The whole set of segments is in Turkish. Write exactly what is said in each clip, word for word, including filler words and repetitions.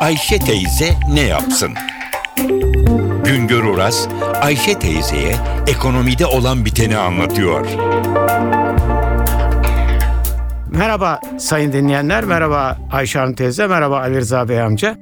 Ayşe teyze ne yapsın? Güngör Oras, Ayşe teyzeye ekonomide olan biteni anlatıyor. Merhaba sayın dinleyenler, merhaba Ayşe Hanım teyze, merhaba Ali Rıza Bey amca.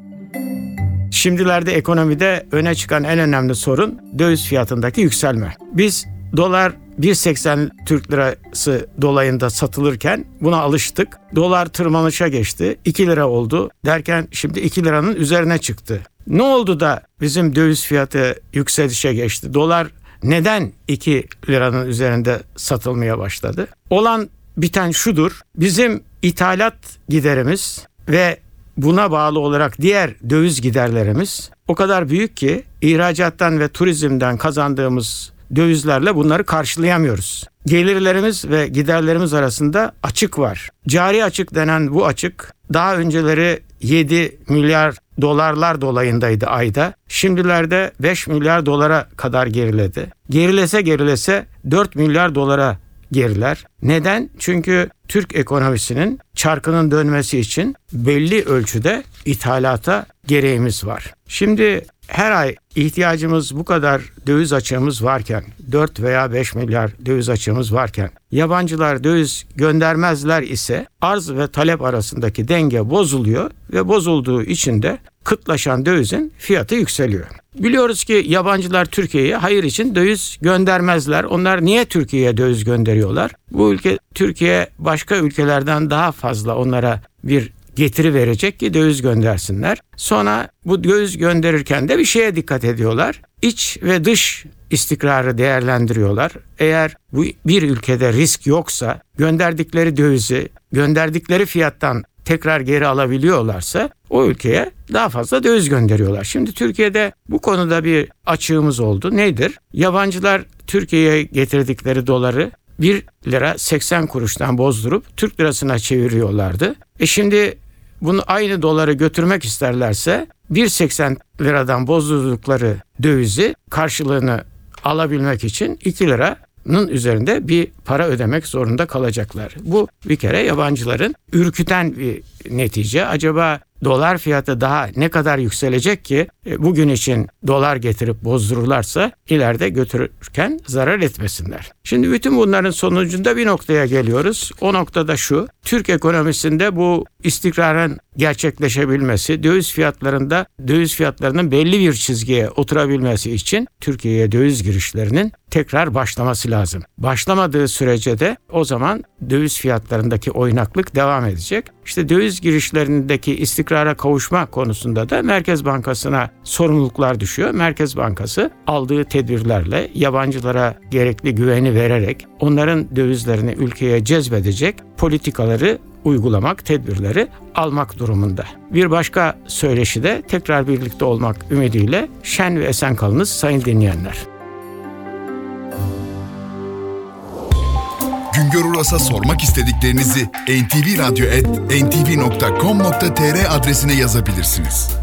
Şimdilerde ekonomide öne çıkan en önemli sorun döviz fiyatındaki yükselme. Biz dolar bir virgül seksen Türk lirası dolayında satılırken buna alıştık. Dolar tırmanışa geçti, iki lira oldu derken şimdi iki liranın üzerine çıktı. Ne oldu da bizim döviz fiyatı yükselişe geçti? Dolar neden iki liranın üzerinde satılmaya başladı? Olan biten şudur: bizim ithalat giderimiz ve buna bağlı olarak diğer döviz giderlerimiz o kadar büyük ki ihracattan ve turizmden kazandığımız dövizlerle bunları karşılayamıyoruz. Gelirlerimiz ve giderlerimiz arasında açık var. Cari açık denen bu açık daha önceleri yedi milyar dolarlar dolayındaydı ayda. Şimdilerde beş milyar dolara kadar geriledi. Gerilese gerilese dört milyar dolara geriler. Neden? Çünkü Türk ekonomisinin çarkının dönmesi için belli ölçüde ithalata gereğimiz var. Şimdi her ay ihtiyacımız bu kadar döviz açığımız varken, dört veya beş milyar döviz açığımız varken, yabancılar döviz göndermezler ise arz ve talep arasındaki denge bozuluyor ve bozulduğu için de kıtlaşan dövizin fiyatı yükseliyor. Biliyoruz ki yabancılar Türkiye'ye hayır için döviz göndermezler. Onlar niye Türkiye'ye döviz gönderiyorlar? Bu ülke, Türkiye başka ülkelerden daha fazla onlara bir getiri verecek ki döviz göndersinler. Sonra bu döviz gönderirken de bir şeye dikkat ediyorlar. İç ve dış istikrarı değerlendiriyorlar. Eğer bu bir ülkede risk yoksa gönderdikleri dövizi gönderdikleri fiyattan tekrar geri alabiliyorlarsa o ülkeye daha fazla döviz gönderiyorlar. Şimdi Türkiye'de bu konuda bir açığımız oldu. Nedir? Yabancılar Türkiye'ye getirdikleri doları bir lira seksen kuruştan bozdurup Türk lirasına çeviriyorlardı. E şimdi bunu aynı doları götürmek isterlerse bir virgül seksen liradan bozdurdukları dövizi karşılığını alabilmek için iki liranın üzerinde bir para ödemek zorunda kalacaklar. Bu bir kere yabancıların ürküten bir netice. Acaba dolar fiyatı daha ne kadar yükselecek ki bugün için dolar getirip bozdururlarsa ileride götürürken zarar etmesinler. Şimdi bütün bunların sonucunda bir noktaya geliyoruz. O noktada şu: Türk ekonomisinde bu istikrarın gerçekleşebilmesi, döviz fiyatlarında döviz fiyatlarının belli bir çizgiye oturabilmesi için Türkiye'ye döviz girişlerinin tekrar başlaması lazım. Başlamadığı sürece de o zaman döviz fiyatlarındaki oynaklık devam edecek. İşte döviz girişlerindeki istikrara kavuşma konusunda da Merkez Bankası'na sorumluluklar düşüyor. Merkez Bankası aldığı tedbirlerle yabancılara gerekli güveni vererek onların dövizlerini ülkeye cezbedecek politikaları uygulamak, tedbirleri almak durumunda. Bir başka söyleşi de tekrar birlikte olmak ümidiyle şen ve esen kalınız sayın dinleyenler. Güngör Uras'a sormak istediklerinizi en ti vi radyo et en ti vi nokta com nokta tr adresine yazabilirsiniz.